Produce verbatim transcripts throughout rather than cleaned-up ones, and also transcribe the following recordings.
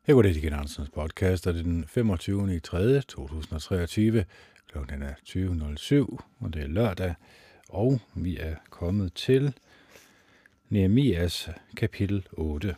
Her går det igen Andersens podcast, og det er den femogtyvende tredje to tusind og treogtyve. Klokken er tyve nul syv, og det er lørdag, og vi er kommet til Nehemias kapitel otte.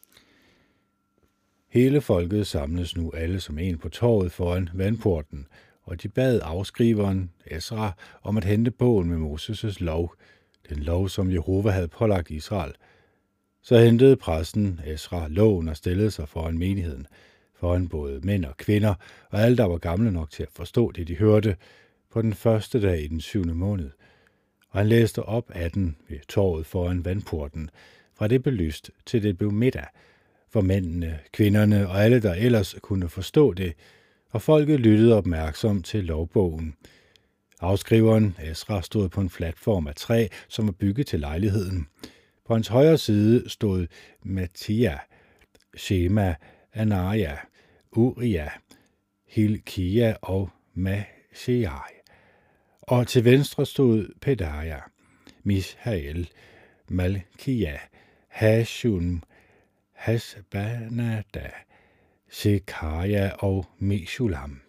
Hele folket samles nu alle som en på torvet foran vandporten, og de bad afskriveren Esra om at hente bogen med Moses' lov, den lov, som Jehova havde pålagt Israel. Så hentede præsten Esra loven og stillede sig foran menigheden, foran både mænd og kvinder, og alle, der var gamle nok til at forstå det, de hørte, på den første dag i den syvende måned. Og han læste op af den ved torvet foran vandporten, fra det blev lyst til det blev middag, for mændene, kvinderne og alle, der ellers kunne forstå det, og folket lyttede opmærksomt til lovbogen. Afskriveren Esra stod på en platform af træ, som var bygget til lejligheden. På hans højre side stod Mattia, Shema, Anaja, Uria, Hilkia og Mashiach. Og til venstre stod Pedaja, Mishael, Malkia, Hashum, Hasbanada, Shekaja og Meshulam.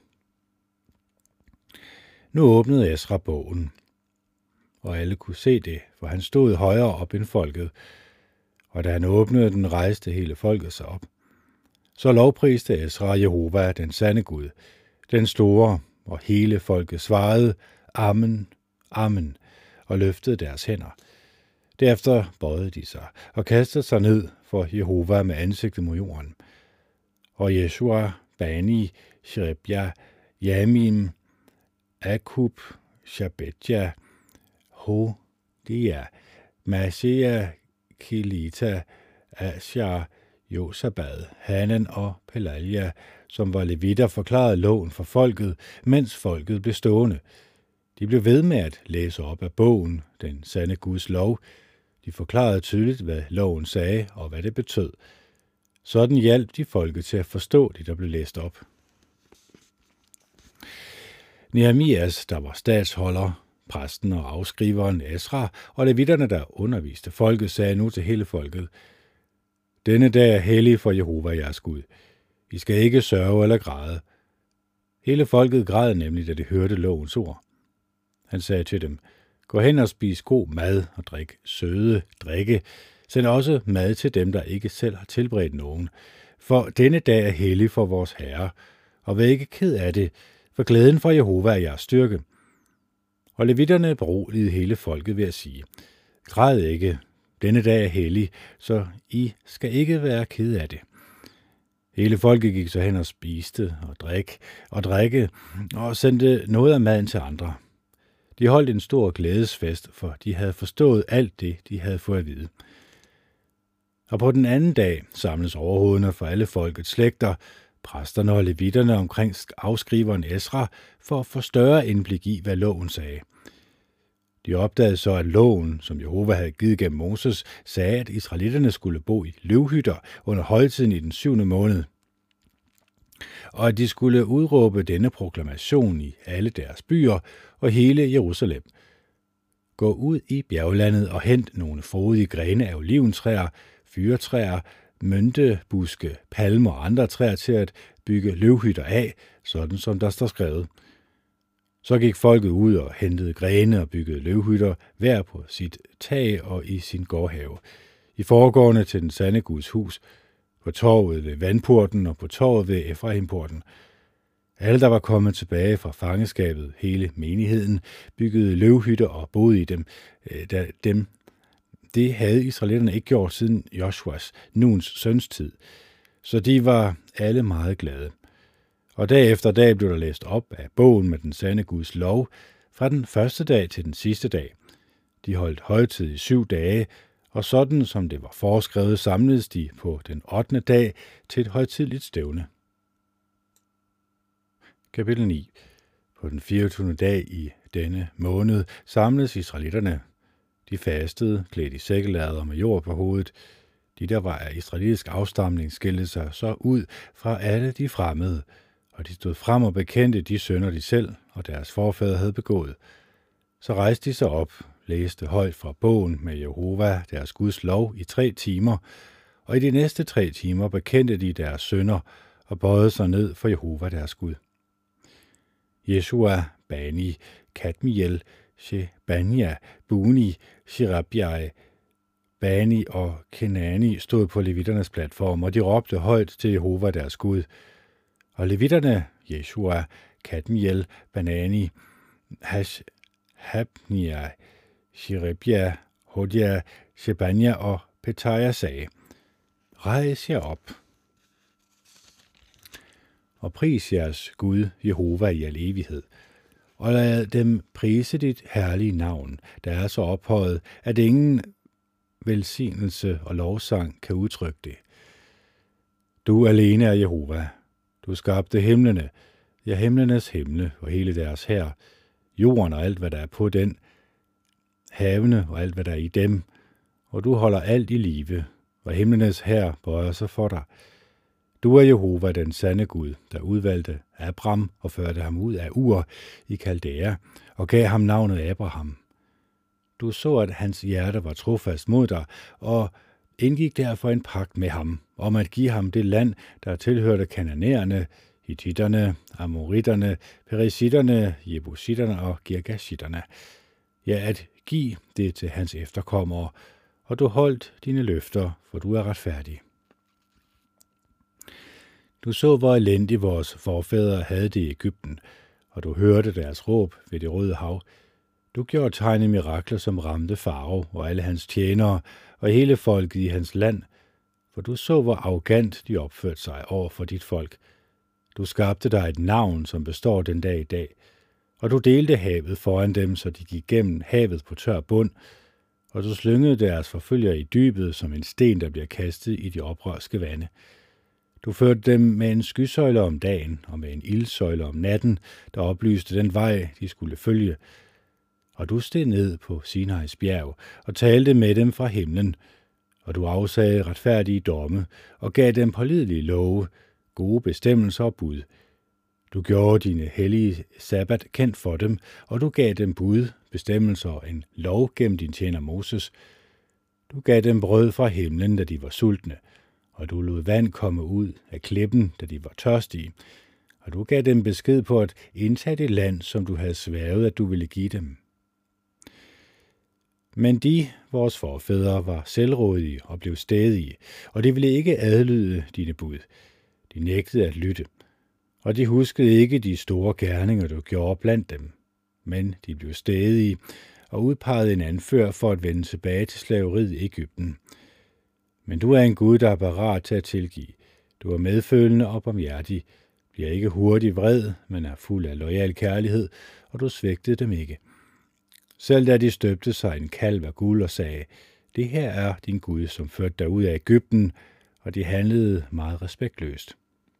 Nu åbnede Esra bogen, og alle kunne se det, for han stod højere op end folket, og da han åbnede den, rejste hele folket sig op. Så lovpriste Esra Jehova, den sande Gud, den store, og hele folket svarede, Amen, Amen, og løftede deres hænder. Derefter bøjede de sig og kastede sig ned for Jehova med ansigtet mod jorden. Og Jeshua, Bani, Sherebja, Jamim, Akub, Shabetja, Hodia, Mashiach, Kilita, Asher, Josabad, Hanan og Pelalia, som var levitter, forklarede loven for folket, mens folket blev stående. De blev ved med at læse op af bogen, den sande Guds lov. De forklarede tydeligt, hvad loven sagde og hvad det betød. Sådan hjalp de folket til at forstå det, der blev læst op. Nehemias, der var statsholder, præsten og afskriveren Esra og levitterne, der underviste folket, sagde nu til hele folket, denne dag er hellig for Jehova jeres Gud. I skal ikke sørge eller græde. Hele folket græd nemlig, da de hørte lovens ord. Han sagde til dem, gå hen og spis god mad og drik søde drikke. Send også mad til dem, der ikke selv har tilberedt nogen. For denne dag er hellig for vores Herre, og vær ikke ked af det, for glæden fra Jehova er jeres styrke. Og levitterne beroligede hele folket ved at sige, græd ikke, denne dag er hellig, så I skal ikke være ked af det. Hele folket gik så hen og spiste og drik og drikke og sendte noget af maden til andre. De holdt en stor glædesfest, for de havde forstået alt det, de havde fået at vide. Og på den anden dag samles overhovederne for alle folkets slægter, præsterne og levitterne omkring afskriveren Esra, for at få større indblik i, hvad loven sagde. De opdagede så, at loven, som Jehova havde givet gennem Moses, sagde, at israelitterne skulle bo i løvhytter under højtiden i den syvende måned, og at de skulle udråbe denne proklamation i alle deres byer og hele Jerusalem. Gå ud i bjerglandet og hent nogle frodige grene af oliventræer, fyrretræer, myntebuske, palmer og andre træer til at bygge løvhytter af, sådan som der står skrevet. Så gik folket ud og hentede grene og byggede løvhytter, hver på sit tag og i sin gårdhave, i forgårdene til den sande Guds hus, på torvet ved vandporten og på torvet ved Efraimporten. Alle, der var kommet tilbage fra fangeskabet, hele menigheden, byggede løvhytter og boede i dem. Da dem det havde israelitterne ikke gjort siden Joshuas, Nuns søns tid, så de var alle meget glade. Og dag efter dag blev der læst op af bogen med den sande Guds lov, fra den første dag til den sidste dag. De holdt højtid i syv dage, og sådan som det var foreskrevet, samledes de på den ottende dag til et højtidligt stævne. Kapitel ni. På den fireogtyvende dag i denne måned samledes israelitterne. De fastede, klædte i sækkelæder med jord på hovedet. De, der var af israelitisk afstamning, skilte sig så ud fra alle de fremmede, og de stod frem og bekendte de synder, de selv og deres forfædre havde begået. Så rejste de sig op, læste højt fra bogen med Jehova, deres Guds lov, i tre timer, og i de næste tre timer bekendte de deres synder og bøjede sig ned for Jehova deres Gud. Jeshua, Bani, Kadmiel, Shebania, Buni, Sherebiah, Bani og Kenani stod på levitternes platform, og de råbte højt til Jehova deres Gud. Og levitterne, Jeshua, Kadmiel, Banani, Hash, Habnia, Sherebiah, Hodia, Shebania og Petaya sagde: Rejs jer op og pris jeres Gud, Jehova, i al evighed, og lad dem prise dit herlige navn, der er så ophøjet, at ingen velsignelse og lovsang kan udtrykke det. Du alene er Jehova. Du skabte himlene, ja, himlenes himle og hele deres hær, jorden og alt, hvad der er på den, havene og alt, hvad der er i dem, og du holder alt i live, og himlenes hær bøjer sig for dig. Du er Jehova, den sande Gud, der udvalgte Abram og førte ham ud af Ur i Kaldæa og gav ham navnet Abraham. Du så, at hans hjerte var trofast mod dig, og indgik derfor en pagt med ham, om at give ham det land, der tilhørte kananæerne, hittitterne, amoritterne, perisitterne, jebusitterne og girgashitterne. Ja, at give det til hans efterkommere, og du holdt dine løfter, for du er retfærdig. Du så, hvor elendigt vores forfædre havde det i Egypten, og du hørte deres råb ved det røde hav. Du gjorde tegn i mirakler, som ramte Farao og alle hans tjenere og hele folket i hans land, for du så, hvor arrogant de opførte sig over for dit folk. Du skabte dig et navn, som består den dag i dag, og du delte havet foran dem, så de gik gennem havet på tør bund, og du slyngede deres forfølgere i dybet som en sten, der bliver kastet i de oprørske vande. Du førte dem med en skysøjle om dagen og med en ildsøjle om natten, der oplyste den vej, de skulle følge. Og du steg ned på Sinais bjerg og talte med dem fra himlen, og du afsagde retfærdige domme og gav dem pålidelige love, gode bestemmelser og bud. Du gjorde dine hellige sabbat kendt for dem, og du gav dem bud, bestemmelser og en lov gennem din tjener Moses. Du gav dem brød fra himlen, da de var sultne, og du lod vand komme ud af klippen, da de var tørstige, og du gav dem besked på at indtage det land, som du havde sværget, at du ville give dem. Men de, vores forfædre, var selvrådige og blev stædige, og de ville ikke adlyde dine bud. De nægtede at lytte, og de huskede ikke de store gerninger, du gjorde blandt dem. Men de blev stædige og udpegede en anfører for at vende tilbage til slaveriet i Egypten. Men du er en Gud, der er parat til at tilgive. Du er medfølende og barmhjertig, bliver ikke hurtig vred, men er fuld af loyal kærlighed, og du svigtede dem ikke. Selv da de støbte sig en kalv af guld og sagde, det her er din Gud, som førte dig ud af Egypten, og de handlede meget respektløst.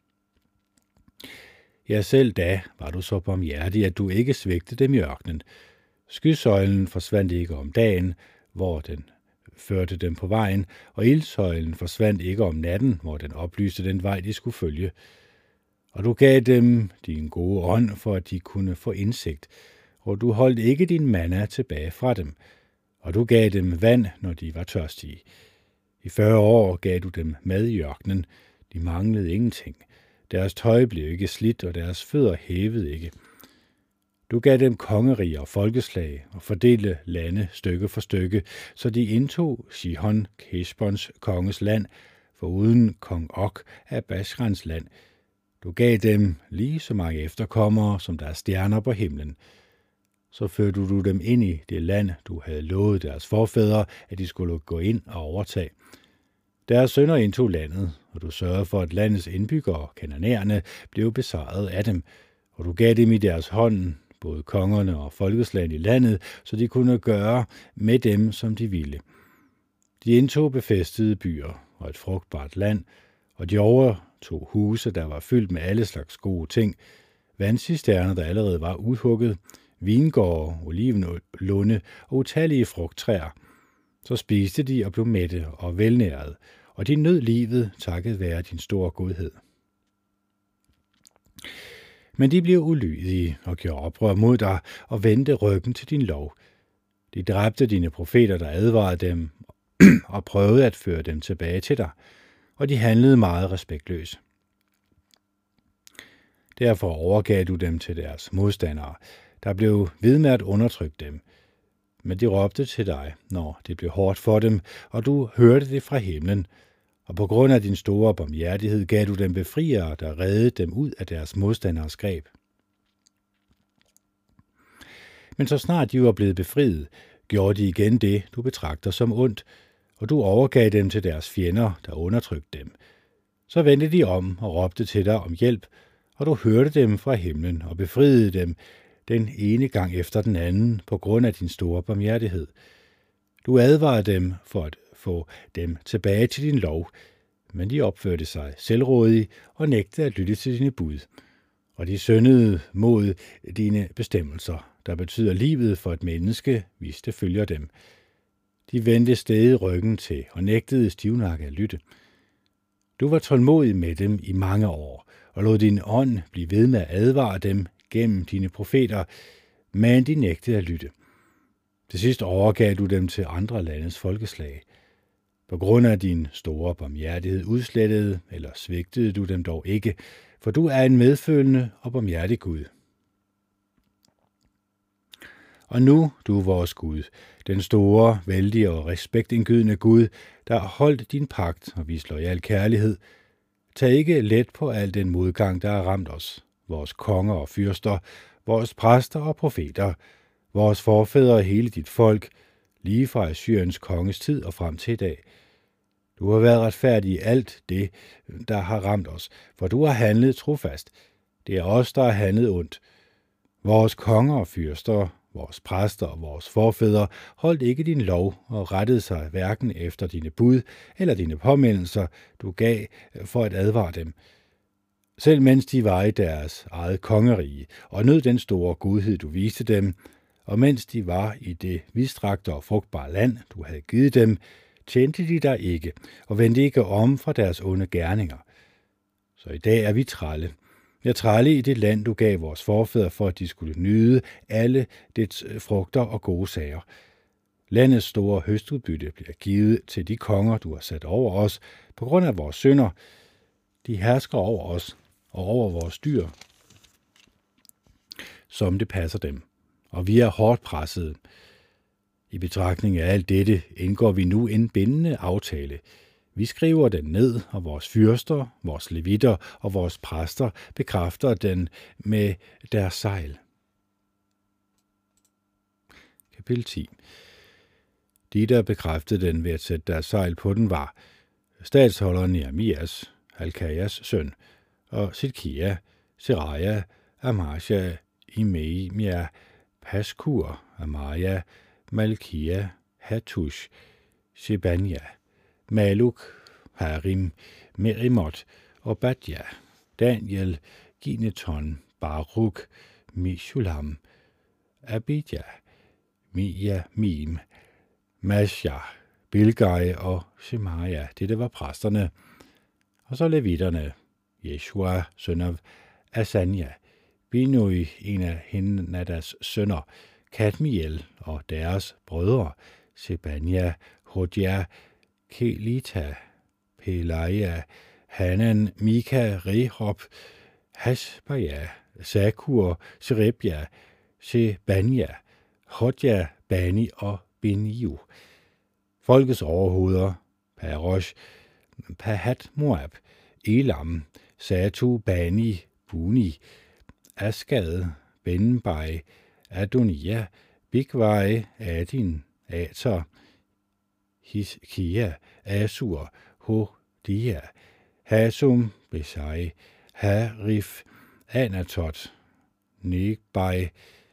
Ja, selv da var du så barmhjertig, at du ikke svigtede dem i ørkenen. Skysøjlen forsvandt ikke om dagen, hvor den førte dem på vejen, og ildsøjlen forsvandt ikke om natten, hvor den oplyste den vej, de skulle følge. Og du gav dem din gode ånd, for at de kunne få indsigt, og du holdt ikke din manna tilbage fra dem, og du gav dem vand, når de var tørstige. I fyrre år gav du dem mad i ørkenen, de manglede ingenting. Deres tøj blev ikke slidt, og deres fødder hævede ikke. Du gav dem kongeriger og folkeslag og fordelte lande stykke for stykke, så de indtog Sihon, Heshbons konges land, foruden kong Og af Bashrans land. Du gav dem lige så mange efterkommere, som der er stjerner på himlen. Så førte du dem ind i det land, du havde lovet deres forfædre, at de skulle gå ind og overtage. Deres sønner indtog landet, og du sørgede for, at landets indbyggere, kananæerne, blev besejret af dem, og du gav dem i deres hånd, både kongerne og folkeslagene i landet, så de kunne gøre med dem, som de ville. De indtog befæstede byer og et frugtbart land, og de overtog huse, der var fyldt med alle slags gode ting, vandcisterner, der allerede var udhugget, vingårde, olivenlunde og utallige frugttræer. Så spiste de og blev mætte og velnærede, og de nød livet takket være din store godhed. Men de blev ulydige og gjorde oprør mod dig og vendte ryggen til din lov. De dræbte dine profeter, der advarede dem, og prøvede at føre dem tilbage til dig, og de handlede meget respektløst. Derfor overgav du dem til deres modstandere, der blev ved med at undertrykke dem. Men de råbte til dig, når det blev hårdt for dem, og du hørte det fra himlen. Og på grund af din store barmhjertighed gav du dem befriere, der reddede dem ud af deres modstanderes greb. Men så snart de var blevet befriet, gjorde de igen det, du betragter som ondt, og du overgav dem til deres fjender, der undertrykte dem. Så vendte de om og råbte til dig om hjælp, og du hørte dem fra himlen og befriede dem den ene gang efter den anden på grund af din store barmhjertighed. Du advarede dem for at få dem tilbage til din lov, men de opførte sig selvrådige og nægtede at lytte til dine bud. Og de syndede mod dine bestemmelser, der betyder livet for et menneske, hvis det følger dem. De vendte stædigt ryggen til og nægtede stivnakke at lytte. Du var tålmodig med dem i mange år, og lod din ånd blive ved med at advare dem gennem dine profeter, men de nægtede at lytte. Til sidst overgav du dem til andre landes folkeslag. På grund af din store barmhjertighed udslettede eller svigtede du dem dog ikke, for du er en medfølende og barmhjertig Gud. Og nu, du er vores Gud, den store, vældige og respektindgydende Gud, der har holdt din pagt og vist loyal kærlighed, tag ikke let på al den modgang, der har ramt os, vores konger og fyrster, vores præster og profeter, vores forfædre og hele dit folk, lige fra Assyriens konges tid og frem til i dag. Du har været retfærdig i alt det, der har ramt os, for du har handlet trofast. Det er os, der har handlet ondt. Vores konger og fyrster, vores præster og vores forfædre holdt ikke din lov og rettede sig hverken efter dine bud eller dine påmindelser, du gav for at advare dem. Selv mens de var i deres eget kongerige og nød den store godhed, du viste dem, og mens de var i det vidstrakte og frugtbare land, du havde givet dem, tjente de dig ikke og vendte ikke om fra deres onde gerninger. Så i dag er vi trælle. Jeg trælle i det land, du gav vores forfædre, for at de skulle nyde alle dets frugter og gode sager. Landets store høstudbytte bliver givet til de konger, du har sat over os, på grund af vores synder. De hersker over os og over vores dyr, som det passer dem, og vi er hårdt presset. I betragtning af alt dette indgår vi nu en bindende aftale. Vi skriver den ned, og vores fyrster, vores levitter og vores præster bekræfter den med deres sejl. Kapitel ti. De, der bekræftede den ved at sætte deres sejl på den, var stadsholderen Jeremias, Halkajas søn, og Sidkia, Seraja, Amasja, Imemia, Paskur, Amaria, Malkia, Hatush, Shebania, Maluk, Harim, Merimot, Obadja, Daniel, Gineton, Baruk, Mishulam, Abidja, Mia, Mim, Masja, Bilgai og Shemaja. Dette var præsterne. Og så levitterne, Jeshua, søn af Asanja, Binui, en af Hennadas sønner, Kadmiel og deres brødre, Sebania, Hodja, Kelita, Pelaja, Hanan, Mika, Rehob, Hasbaja, Sakur, Serebja, Shebania, Hodja, Bani og Beniu. Folkets overhoveder, Parosh, Pahat Moab, Elam, Satu, Bani, Buni, Askad, Benbai, Adonia, Bigvai, Adin, Ater, Hiskia, Asur, Hodia, Hasum, Besai, Harif, Anatot, Negbai,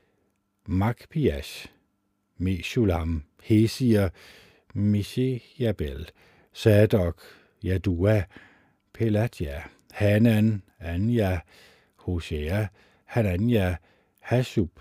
Makpiash, Meshulam, Hesir, Mishiabel, Sadok, Yadua, Pelatja, Hanan, Anja, Hosea, Hanania, Hashub,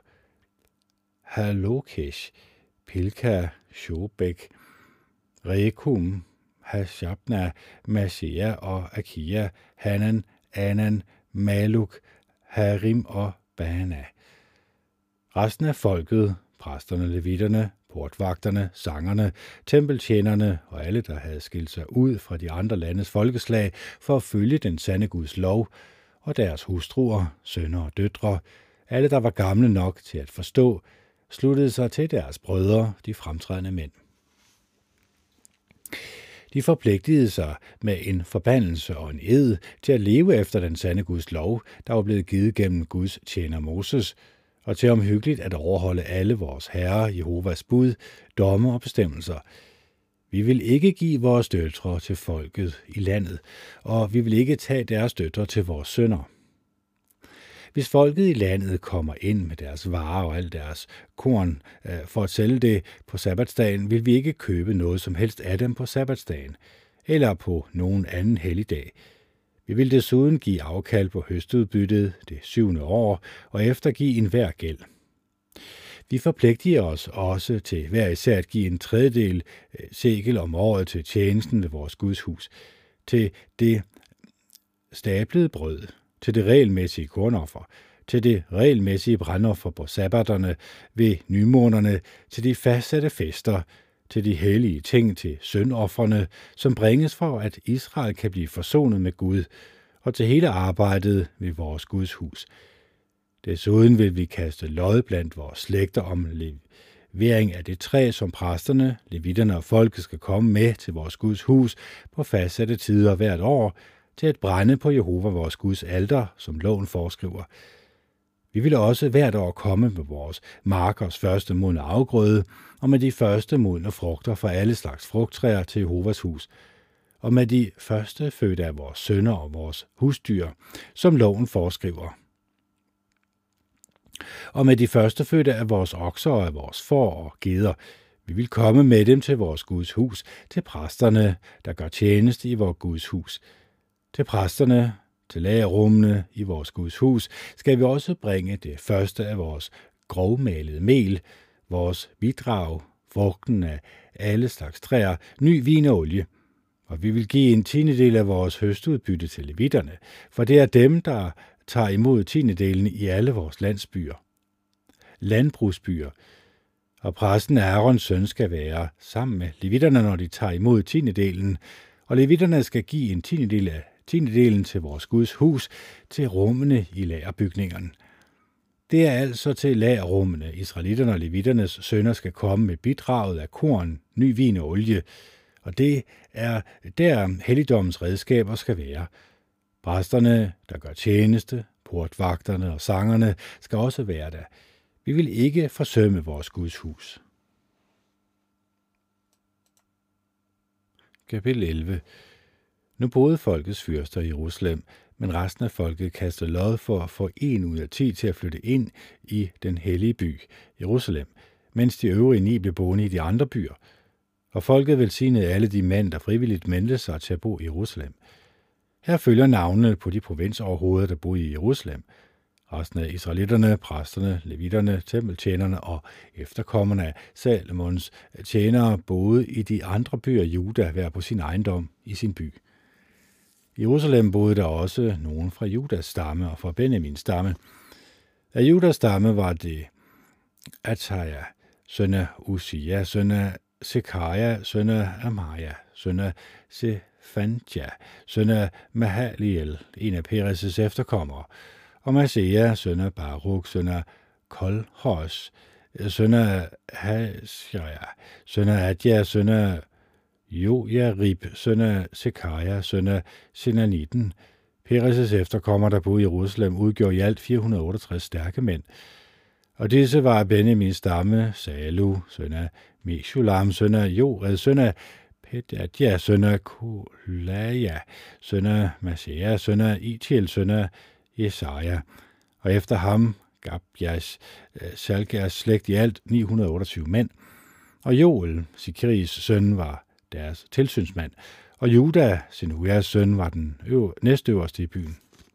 Halokesh, Pilka, Shobek, Rekum, Hashabna, Masea og Akia, Hanan, Anan, Maluk, Harim og Bana. Resten af folket, præsterne, levitterne, portvagterne, sangerne, tempeltjenerne og alle, der havde skilt sig ud fra de andre landes folkeslag for at følge den sande Guds lov, og deres hustruer, sønner og døtre, alle, der var gamle nok til at forstå, sluttede sig til deres brødre, de fremtrædende mænd. De forpligtede sig med en forbandelse og en ed til at leve efter den sande Guds lov, der var blevet givet gennem Guds tjener Moses, og til omhyggeligt at overholde alle vores Herre Jehovas bud, domme og bestemmelser. Vi vil ikke give vores døtre til folket i landet, og vi vil ikke tage deres døtre til vores sønner. Hvis folket i landet kommer ind med deres varer og alt deres korn øh, for at sælge det på sabbatsdagen, vil vi ikke købe noget som helst af dem på sabbatsdagen, eller på nogen anden helligdag. Vi vil desuden give afkald på høstudbyttet det syvende år, og eftergive enhver gæld. Vi forpligtiger os også til hver især at give en tredjedel sekel om året til tjenesten ved vores Guds hus, til det stablede brød, til det regelmæssige kornoffer, til det regelmæssige brandoffer på sabbaterne ved nymånerne, til de fastsatte fester, til de hellige ting, til syndofferne, som bringes for, at Israel kan blive forsonet med Gud, og til hele arbejdet ved vores Guds hus. Desuden vil vi kaste lod blandt vores slægter om levering af det træ, som præsterne, levitterne og folket skal komme med til vores Guds hus på fastsatte tider hvert år, til at brænde på Jehova vores Guds alter, som loven foreskriver. Vi vil også hvert år komme med vores markers første modne afgrøde, og med de første modne frugter fra alle slags frugttræer til Jehovas hus, og med de første fødte af vores sønner og vores husdyr, som loven foreskriver. Og med de første fødte af vores okser og af vores får og geder. Vi vil komme med dem til vores Guds hus, til præsterne, der gør tjeneste i vores Guds hus. Til præsterne, til lagerrummene i vores Guds hus, skal vi også bringe det første af vores grovmalede mel, vores bidrag, frugten af alle slags træer, ny vin og olie. Og vi vil give en tiendedel af vores høstudbytte til levitterne, for det er dem, der tager imod tiendedelen i alle vores landsbyer. Landbrugsbyer. Og præsten Aarons søn skal være sammen med levitterne, når de tager imod tiendedelen, og levitterne skal give en tiendedel af tiendedelen til vores Guds hus, til rummene i lagerbygningerne. Det er altså til lagerrummene, israelitterne og levitternes sønner skal komme med bidraget af korn, ny vin og olie, og det er der helligdommens redskaber skal være. Præsterne, der gør tjeneste, portvagterne og sangerne, skal også være der. Vi vil ikke forsømme vores Guds hus. Kapitel elleve. Nu boede folkets fyrster i Jerusalem, men resten af folket kastede lod for at få en ud af ti til at flytte ind i den hellige by, Jerusalem, mens de øvrige ni blev boende i de andre byer. Og folket velsignede alle de mænd, der frivilligt meldte sig til at bo i Jerusalem. Her følger navnene på de provinsoverhoveder, der boede i Jerusalem. Resten af israelitterne, præsterne, levitterne, tempeltjenerne og efterkommerne af Salomons tjenere boede i de andre byer Juda, hver på sin ejendom i sin by. I Jerusalem boede der også nogen fra Judas stamme og fra Benjamins stamme. Af Judas stamme var det Ataja, søn af Uzia, søn af Sekaja, søn af Amaja, søn af Sefantja, søn af Mahaliel, en af Peres' efterkommere, og Masea, søn af Baruk, søn af Kolhos, søn af Hasjaja, søn af Adja, søn af Jojarib, søn af Sekaja, søn af Senanitten. Peres' efterkommere, der boede i Jerusalem, udgjorde i alt fire hundrede og otteogtres stærke mænd. Og disse var Benjamins stamme, Salu, søn af Meshulam, søn af Jored, søn af Pedadja, søn af Kolaja, søn af Masea, søn af Itiel, søn af Jesaja. Og efter ham Gabjas, Salgas slægt i alt ni hundrede og otteogtyve mænd. Og Joel, Sikris søn, var deres tilsynsmand, og Juda, Senujas søn, var den øv- næstøverste i byen.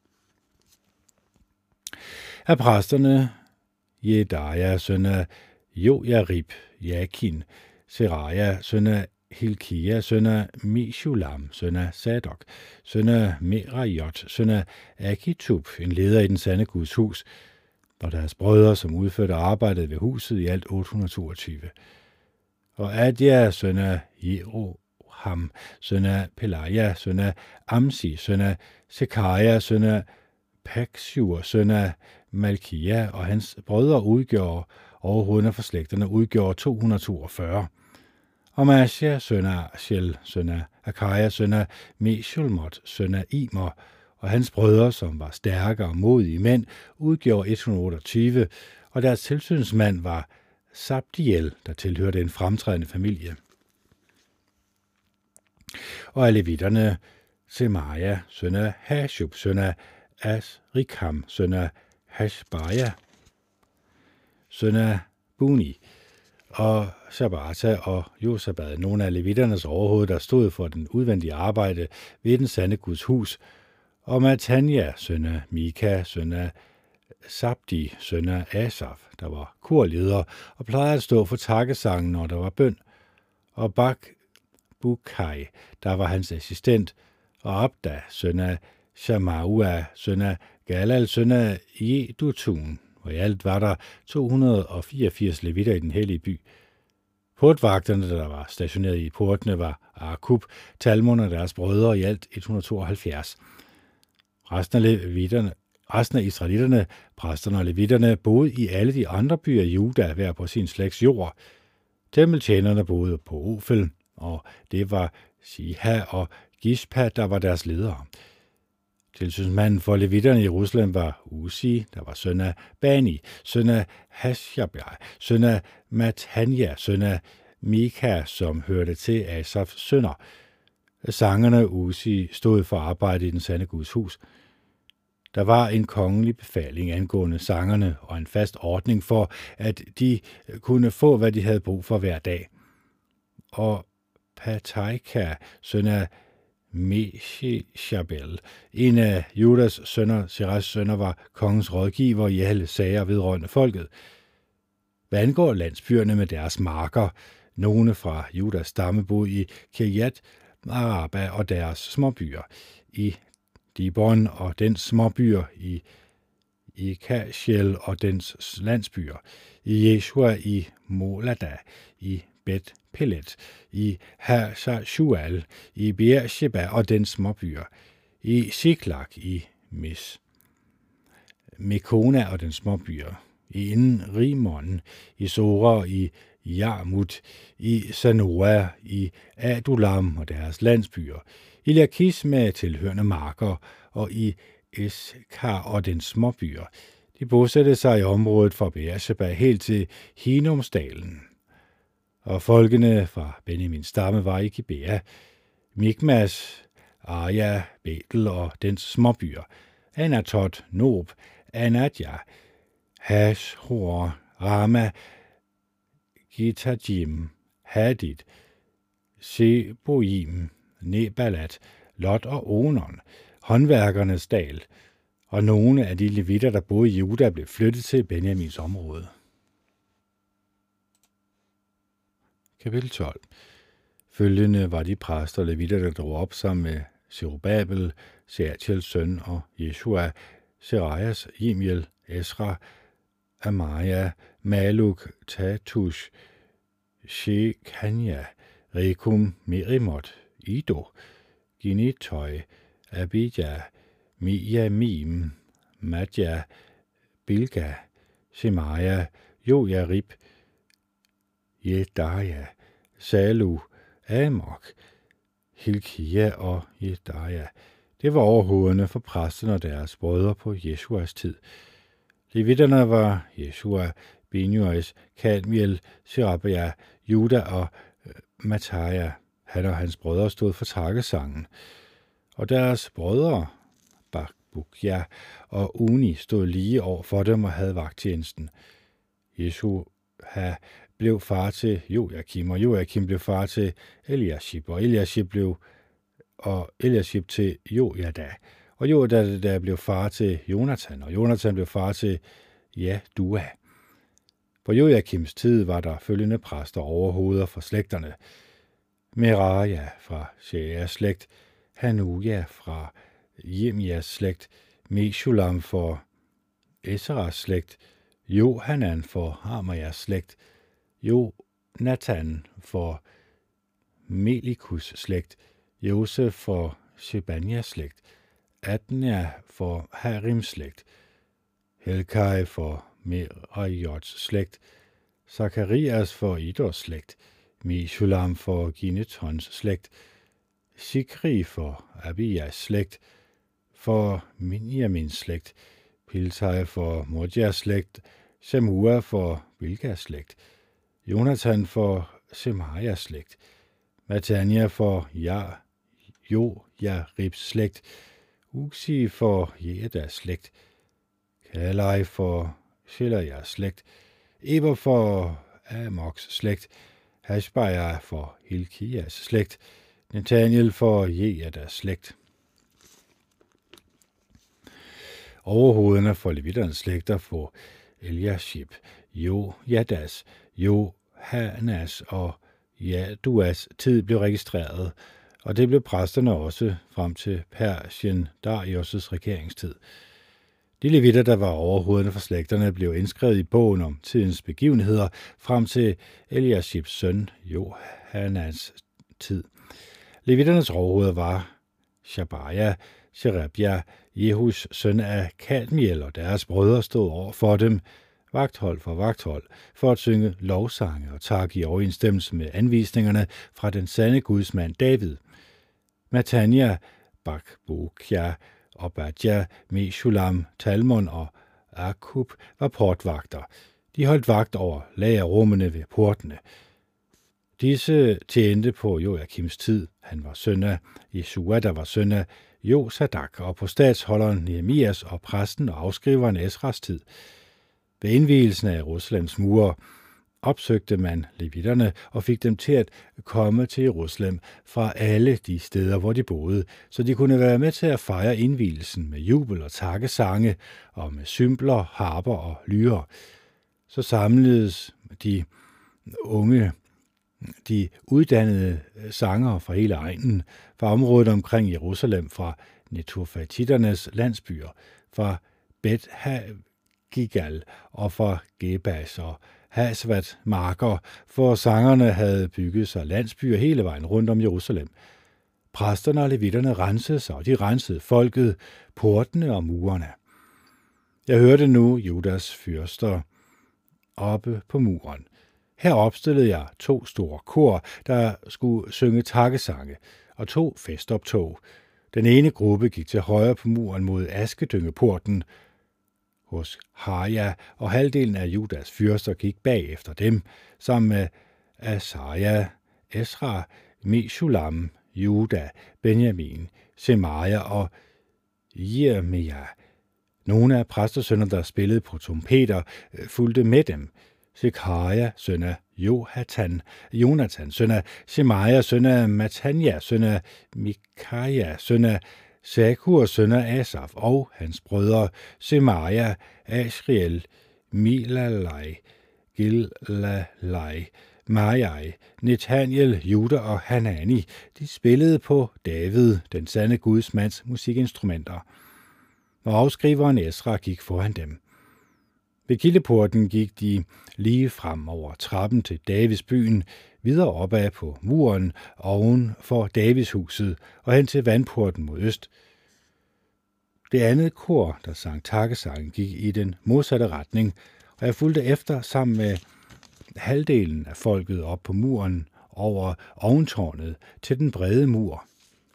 Af præsterne, Jedaja, søn af Jojarib, Jakin, Seraja, søn af Hilkia, søn af Meshulam, søn af Sadok, søn af Merajot, søn af Akitub, en leder i den sande Guds hus, og deres brødre, som udførte arbejdet ved huset, i alt otte hundrede og toogtyve. og Adja, søn af Jeroham, søn af Pelaja, søn af Amsi, søn af Sekaja, søn af Paksur, søn af Malkia, og hans brødre udgjorde, overhovederne for slægterne udgjorde to hundrede og toogfyrre. Og Masja, søn af Ashel, søn af Akaja, søn af Meshulmot, søn af Imer, og hans brødre, som var stærke og modige mænd, udgjorde et hundrede og otteogtyve, og deres tilsynsmand var Sabdiel, der tilhørte en fremtrædende familie. Og af levitterne, Semaja, søn af Hashub, søn af Asrikam, søn af Hashbaja, søn af Buni, og Shabata og Josabad, nogle af levitternes overhoved, der stod for den udvendige arbejde ved den sande Guds hus, og Matanja, søn af Mika, søn af Sabdi, søn af Asaf, der var korleder og plejede at stå for takkesangen, når der var bøn, og Bak Bukai, der var hans assistent, og Abda, søn af Shamaua, søn af Galal, søn af Jedutun, og i alt var der to hundrede og fireogfirs levitter i den hellige by. Portvagterne, der var stationeret i portene, var Akub, Talmon og deres brødre, i alt et hundrede og tooghalvfjerds. Resten af levitterne, resten af israelitterne, præsterne og levitterne, boede i alle de andre byer i Juda, hver på sin slægts jord. Tempeltjenerne boede på Ofel, og det var Siha og Gishpa, der var deres ledere. Tilsynsmanden for levitterne i Jerusalem var Uzi, der var søn af Bani, søn af Hashabai, søn af Matanja, søn af Mika, som hørte til Asafs sønner. Sangerne Uzi stod for arbejde i den sande Guds hus. Der var en kongelig befaling angående sangerne og en fast ordning for, at de kunne få, hvad de havde brug for hver dag. Og Pataika, søn af Meshishabel, en af Judas sønner, Seras sønner, var kongens rådgiver i alle sager vedrørende folket. Hvad angår landsbyerne med deres marker, nogle fra Judas stamme boede i Kirjat Araba og deres småbyer, i Dibon og dens småbyer, i i Kashiel og dens landsbyer, i Jeshua, i Molada, i Bet Pelet, i Hasashual, i Beersheba og dens småbyer, i Siklak, i Mis, Mekona og dens småbyer, i Inden Rimon, i Sora, i Jarmut, i Sanoa, i Adulam og deres landsbyer, i Lakis med tilhørende marker og i Eskar og dens småbyer. De bosatte sig i området fra Beersheba helt til Hinnomsdalen. Og folkene fra Benjamins stamme var i Gibea, Mikmas, Arja, Betel og dens småbyer, Anatot, Nob, Anadja, Hashor, Rama, Gitajim, Hadid, Seboim, Nebalat, Lot og Onon, håndværkernes dal, og nogle af de levitter, der boede i Juda, blev flyttet til Benjamins område. Kapitel tolv. Følgende var de præster og levitter, der drog op sammen med Zerubabel, Shealtiels søn, og Jeshua, Serajas, Jemiel, Esra, Amaria, Maluk, Tatush, Shekania, Rekum, Merimot, Ido, Ginitøj, Abidja, Miyamim, Madja, Bilga, Shemaja, Jojarib, Jedaja, Salu, Amok, Hilkia og Jedaja. Det var overhovederne for præsterne og deres brødre på Jeshuas tid. Levitterne var Jeshua, Binuas, Kadmiel, Serabaja, Juda og Mataja. Han og hans brødre stod for takkesangen, og deres brødre, Bakbukja og Uni, stod lige over for dem og havde vagttjenesten. Jeshua blev far til Joachim, og Joachim blev far til Eliashib, og Eliashib blev og Eliashib til Jojada, og Jojada der blev far til Jonathan, og Jonathan blev far til Jadua. På Joachims tid var der følgende præster overhoveder for slægterne: Meraja fra Sheas slægt, Hanuja fra Jemias slægt, Meshulam for Esaras slægt, Johanan for Amajas slægt, Jo Nathan for Melikus slægt, Josef for Shebanias slægt, Adnia for Harims slægt, Helkai for Merajots slægt, Zakarias for Idors slægt, Mishulam for Ginetons slægt, Sikri for Abijas slægt, for Minjamins slægt, Piltai for Modjas slægt, Shamua for Bilgas slægt, Jonathan for Semajas slægt, Matania for Ja, Jo, Jaribs slægt, Uxi for Jedas slægt, Kalai for Shelajas slægt, Eber for Amoks slægt, Hashbaja for Hilkias slægt, Nathaniel for Jedas slægt. Overhovederne for levitternes slægter for Eliashib, Jo, Jadas, Jo, Hanas og Jaduas tid blev registreret, og det blev præsterne også frem til Persien Darius' regeringstid. De levitter, der var overhovederne for slægterne, blev indskrevet i bogen om tidens begivenheder frem til Eliashibs søn Johanas tid. Levitternes overhoveder var Shabaja, Sherebia, Jehus søn af Kadmiel, og deres brødre stod over for dem, vagthold for vagthold, for at synge lovsange og tak i overensstemmelse med anvisningerne fra den sande gudsmand David. Matania, Bakbukja, Obadja, Meshulam, Talmon og Akub var portvagter. De holdt vagt over lagerrummene ved portene. Disse tjente på Joakims tid. Han var søn af Jesua, der var søn af Josadak, og på statsholderen Nehemias og præsten og afskriveren Esras tid. Ved indvielsen af Jerusalems mure opsøgte man levitterne og fik dem til at komme til Jerusalem fra alle de steder, hvor de boede, så de kunne være med til at fejre indvielsen med jubel og takkesange og med cymbler, harper og lyrer. Så samledes de unge, de uddannede sangere fra hele egnen, fra området omkring Jerusalem, fra Netophatiternes landsbyer, fra Bet-Hagigal og fra Gebas og Hasvat marker, for sangerne havde bygget sig landsbyer hele vejen rundt om Jerusalem. Præsterne og levitterne rensede sig, og de rensede folket, portene og murene. Jeg hørte nu Judas fyrster oppe på muren. Her opstillede jeg to store kor, der skulle synge takkesange, og to festoptog. Den ene gruppe gik til højre på muren mod Askedyngeporten hos Harja, og halvdelen af Judas fyrster gik bag efter dem, sammen med Asaja, Esra, Meshulam, Juda, Benjamin, Semaja og Jeremia. Nogle af præstersønner, der spillede på trompeter, fulgte med dem. Zekaria, søn af Johatan, Jonathan, søn af Shemaja, søn af Matania, søn af Mikaja, søn af Zakur, søn af Asaf, og hans brødre Semaja, Ashriel, Milalai, Gilalai, Majai, Nathaniel, Juda og Hanani. De spillede på David, den sande gudsmands musikinstrumenter. Og afskriveren Esra gik foran dem. Ved kildeporten gik de lige frem over trappen til Davids byen, videre opad på muren oven for Davids huset og hen til vandporten mod øst. Det andet kor, der sang takkesangen, gik i den modsatte retning, og jeg fulgte efter sammen med halvdelen af folket op på muren over oventårnet til den brede mur.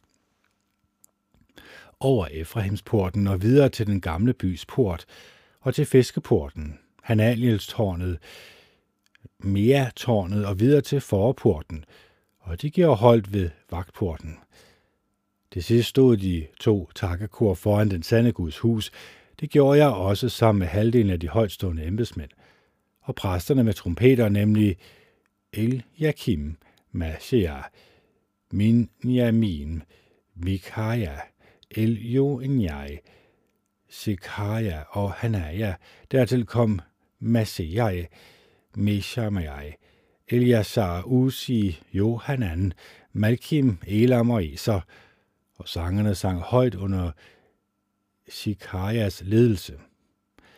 Over Efraimsporten og videre til den gamle bys port og til fiskeporten, Hananielstårnet, Mea-tårnet og videre til forporten, og de gjorde holdt ved vagtporten. Til sidst stod de to takkekor foran den sande Guds hus. Det gjorde jeg også sammen med halvdelen af de højtstående embedsmænd. Og præsterne med trompeter, nemlig Eliakim, Masea, Minjamin, Mikaja, Elionjai, Zekaria og Hanaja. Dertil kom Masejai, Meshamai, Eliasar, Uzi, Johanan, Malkim, Elam og Eser, og sangerne sang højt under Zekarias ledelse.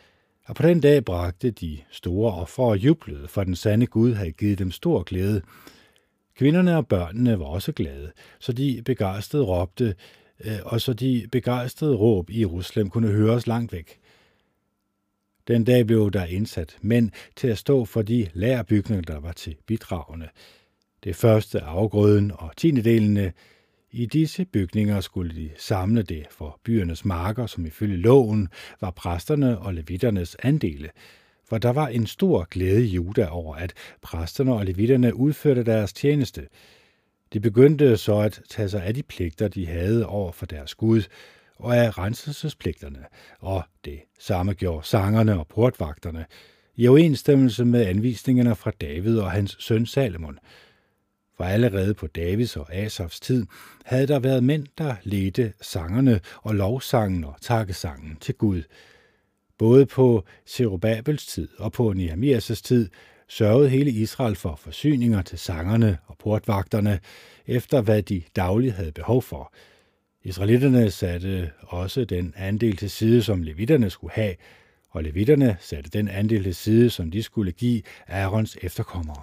Og på den dag bragte de store ofre og jublede, for den sande Gud havde givet dem stor glæde. Kvinderne og børnene var også glade, så de begejstrede råbte, og så de begejstrede råb i Jerusalem kunne høres langt væk. Den dag blev der indsat mænd til at stå for de lagerbygninger, der var til bidragene. Det første afgrøden og tiendedelene i disse bygninger skulle de samle det for byernes marker, som ifølge loven var præsterne og levitternes andele. For der var en stor glæde i Juda over, at præsterne og levitterne udførte deres tjeneste. De begyndte så at tage sig af de pligter, de havde over for deres Gud, og af renselsespligterne, og det samme gjorde sangerne og portvagterne, i overensstemmelse med anvisningerne fra David og hans søn Salomon. For allerede på Davids og Asafs tid havde der været mænd, der ledte sangerne og lovsangen og takkesangen til Gud. Både på Zerubabels tid og på Nehemias' tid sørgede hele Israel for forsyninger til sangerne og portvagterne, efter hvad de dagligt havde behov for. Israelitterne satte også den andel til side, som levitterne skulle have, og levitterne satte den andel til side, som de skulle give Aarons efterkommere.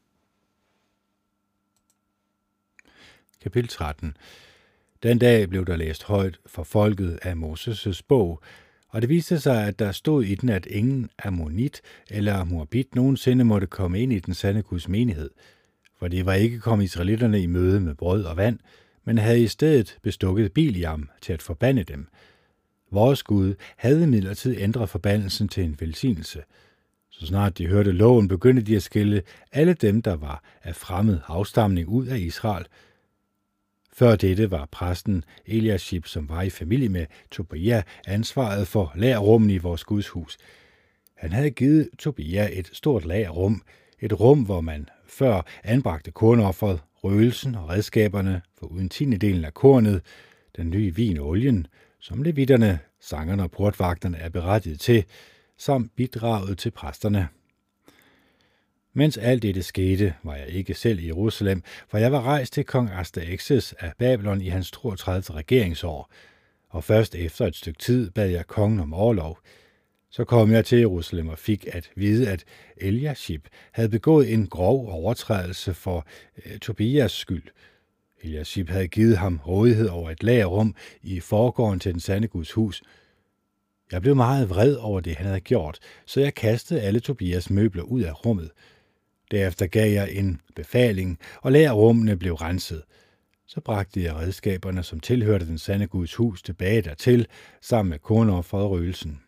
Kapitel tretten. Den dag blev der læst højt for folket af Moses' bog, og det viste sig, at der stod i den, at ingen ammonit eller moabit nogensinde måtte komme ind i den sande Guds menighed, for det var ikke kommet israelitterne i møde med brød og vand, men havde i stedet bestukket Biliam til at forbande dem. Vores Gud havde imidlertid ændret forbandelsen til en velsignelse. Så snart de hørte loven, begyndte de at skille alle dem, der var af fremmed afstamning, ud af Israel. Før dette var præsten Eliashib, som var i familie med Tobia, ansvaret for lagerrummet i vores Guds hus. Han havde givet Tobia et stort lagerrum, et rum, hvor man før anbragte kornofferet, røgelsen og redskaberne, foruden tiendedelen af kornet, den nye vin og olien, som levitterne, sangerne og portvagterne er berettiget til, samt bidraget til præsterne. Mens alt dette skete, var jeg ikke selv i Jerusalem, for jeg var rejst til kong Artaxerxes af Babylon i hans toogtredive regeringsår, og først efter et stykke tid bad jeg kongen om orlov. Så kom jeg til Jerusalem og fik at vide, at Eliashib havde begået en grov overtrædelse for uh, Tobias skyld. Eliashib havde givet ham rådighed over et lagerrum i forgården til den sande Guds hus. Jeg blev meget vred over det, han havde gjort, så jeg kastede alle Tobias møbler ud af rummet. Derefter gav jeg en befaling, og lagerrummene blev renset. Så bragte jeg redskaberne, som tilhørte den sande Guds hus, tilbage dertil, sammen med kornofferet og røgelsen.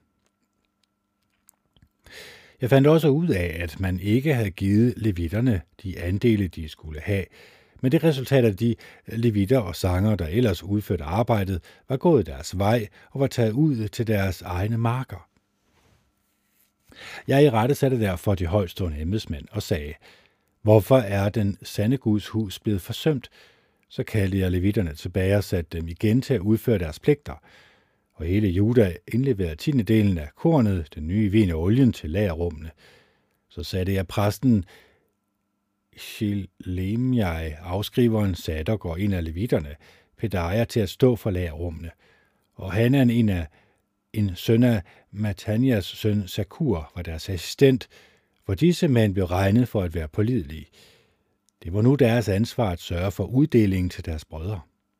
Jeg fandt også ud af, at man ikke havde givet levitterne de andele, de skulle have, men det resultat, at de levitter og sanger, der ellers udførte arbejdet, var gået deres vej og var taget ud til deres egne marker. Jeg irettesatte derfor de højtstående embedsmænd og sagde, hvorfor er den sande Guds hus blevet forsømt? Så kaldte jeg levitterne tilbage og satte dem igen til at udføre deres pligter. Og hele Juda indleverede tiendedelen af kornet, den nye vin og olien, til lagerrummene. Så satte jeg præsten Shilemjai, afskriveren Sadok og en af levitterne, Pedaja, til at stå for lagerrummene. Og han er en af en søn af Matanias søn Sakur, var deres assistent, for disse mænd blev regnet for at være pålidelige. Det var nu deres ansvar at sørge for uddelingen til deres brødre.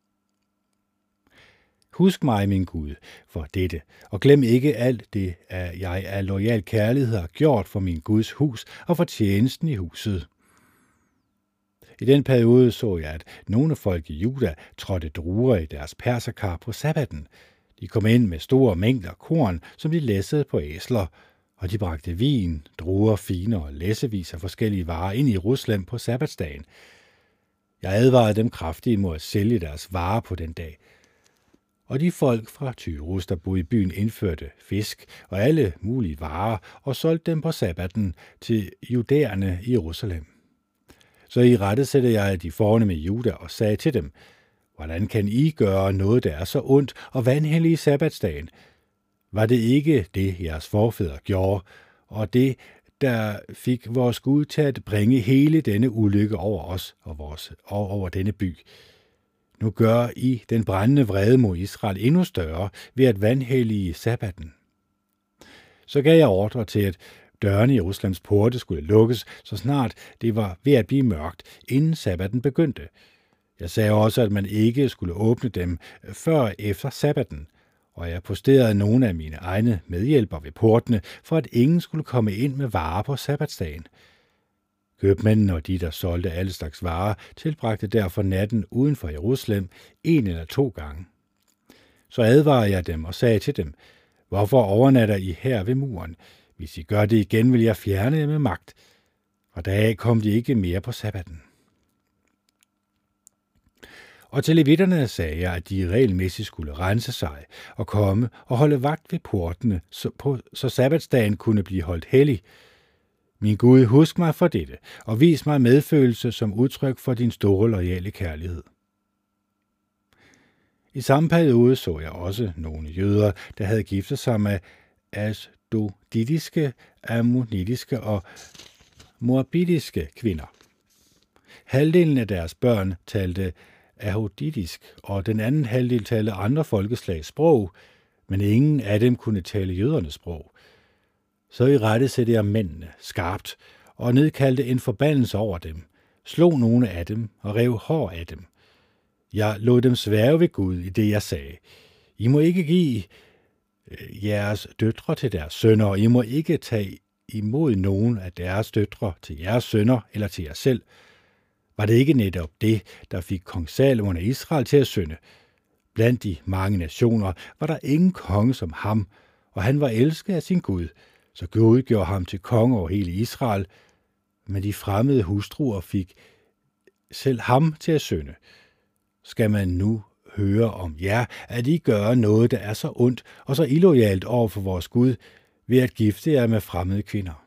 Husk mig, min Gud, for dette, og glem ikke alt det, at jeg af loyal kærlighed har gjort for min Guds hus og for tjenesten i huset. I den periode så jeg, at nogle folk i Juda trådte druer i deres perserkar på sabbaten. De kom ind med store mængder korn, som de læssede på æsler, og de bragte vin, druer, finer og læssevis af forskellige varer ind i Jerusalem på sabbatsdagen. Jeg advarede dem kraftigt mod at sælge deres varer på den dag. Og de folk fra Tyrus, der boede i byen, indførte fisk og alle mulige varer og solgte dem på sabbaten til judæerne i Jerusalem. Så i rette sætte jeg de fornemme i Juda og sagde til dem, hvordan kan I gøre noget, der er så ondt og vanhellige i sabbatsdagen? Var det ikke det, jeres forfædre gjorde, og det, der fik vores Gud til at bringe hele denne ulykke over os og, vores, og over denne by? Nu gør I den brændende vrede mod Israel endnu større ved at vanhellige sabbaten. Så gav jeg ordre til, at dørene i Jerusalems porte skulle lukkes, så snart det var ved at blive mørkt, inden sabbaten begyndte. Jeg sagde også, at man ikke skulle åbne dem før efter sabbaten, og jeg posterede nogle af mine egne medhjælpere ved portene, for at ingen skulle komme ind med varer på sabbatsdagen. Købmændene og de, der solgte alle slags varer, tilbragte derfor natten uden for Jerusalem en eller to gange. Så advarede jeg dem og sagde til dem, hvorfor overnatter I her ved muren? Hvis I gør det igen, vil jeg fjerne jer med magt. Fra da af kom de ikke mere på sabbaten. Og til levitterne sagde jeg, at de regelmæssigt skulle rense sig og komme og holde vagt ved portene, så, på, så sabbatsdagen kunne blive holdt hellig. Min Gud, husk mig for dette, og vis mig medfølelse som udtryk for din store loyale kærlighed. I samme periode så jeg også nogle jøder, der havde giftet sig med asdodiske, ammonitiske og moabitiske kvinder. Halvdelen af deres børn talte ahoditisk, og den anden halvdel talte andre folkeslags sprog, men ingen af dem kunne tale jødernes sprog. Så i rette sætte jeg mændene skarpt, og nedkaldte en forbandelse over dem, slog nogle af dem og rev hår af dem. Jeg lod dem sværge ved Gud i det, jeg sagde. I må ikke give jeres døtre til deres sønner, og I må ikke tage imod nogen af deres døtre til jeres sønner eller til jer selv. Var det ikke netop det, der fik kong Salomon af Israel til at synde? Blandt de mange nationer var der ingen konge som ham, og han var elsket af sin Gud, så Gud gjorde ham til konge over hele Israel, men de fremmede hustruer fik selv ham til at synde. Skal man nu høre om jer, at I gør noget, der er så ondt og så illoyalt over for vores Gud, ved at gifte jer med fremmede kvinder?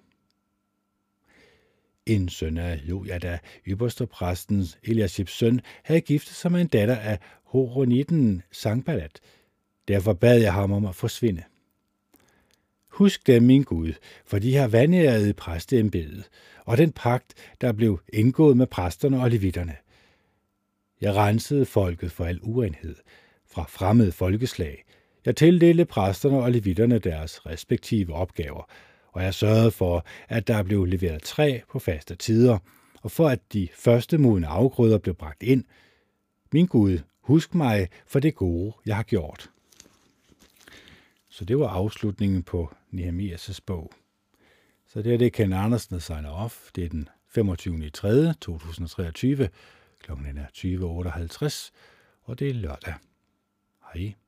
En søn af Jojada, ypperstepræstens Eliashibs søn, havde giftet sig med en datter af Horonitten Sanballat. Derfor bad jeg ham om at forsvinde. Husk dem, min Gud, for de har vanæret præsteembedet, og den pagt, der blev indgået med præsterne og levitterne. Jeg rensede folket for al urenhed, fra fremmede folkeslag. Jeg tildelte præsterne og levitterne deres respektive opgaver, og jeg sørgede for, at der blev leveret træ på faste tider, og for at de første modne afgrøder blev bragt ind. Min Gud, husk mig for det gode, jeg har gjort. Så det var afslutningen på Nehemias' bog. Så det er det, Ken Andersen, der signer off. Det er den femogtyvende marts to tusind og treogtyve. Klokken er tyve otteoghalvtreds, og det er lørdag. Hej.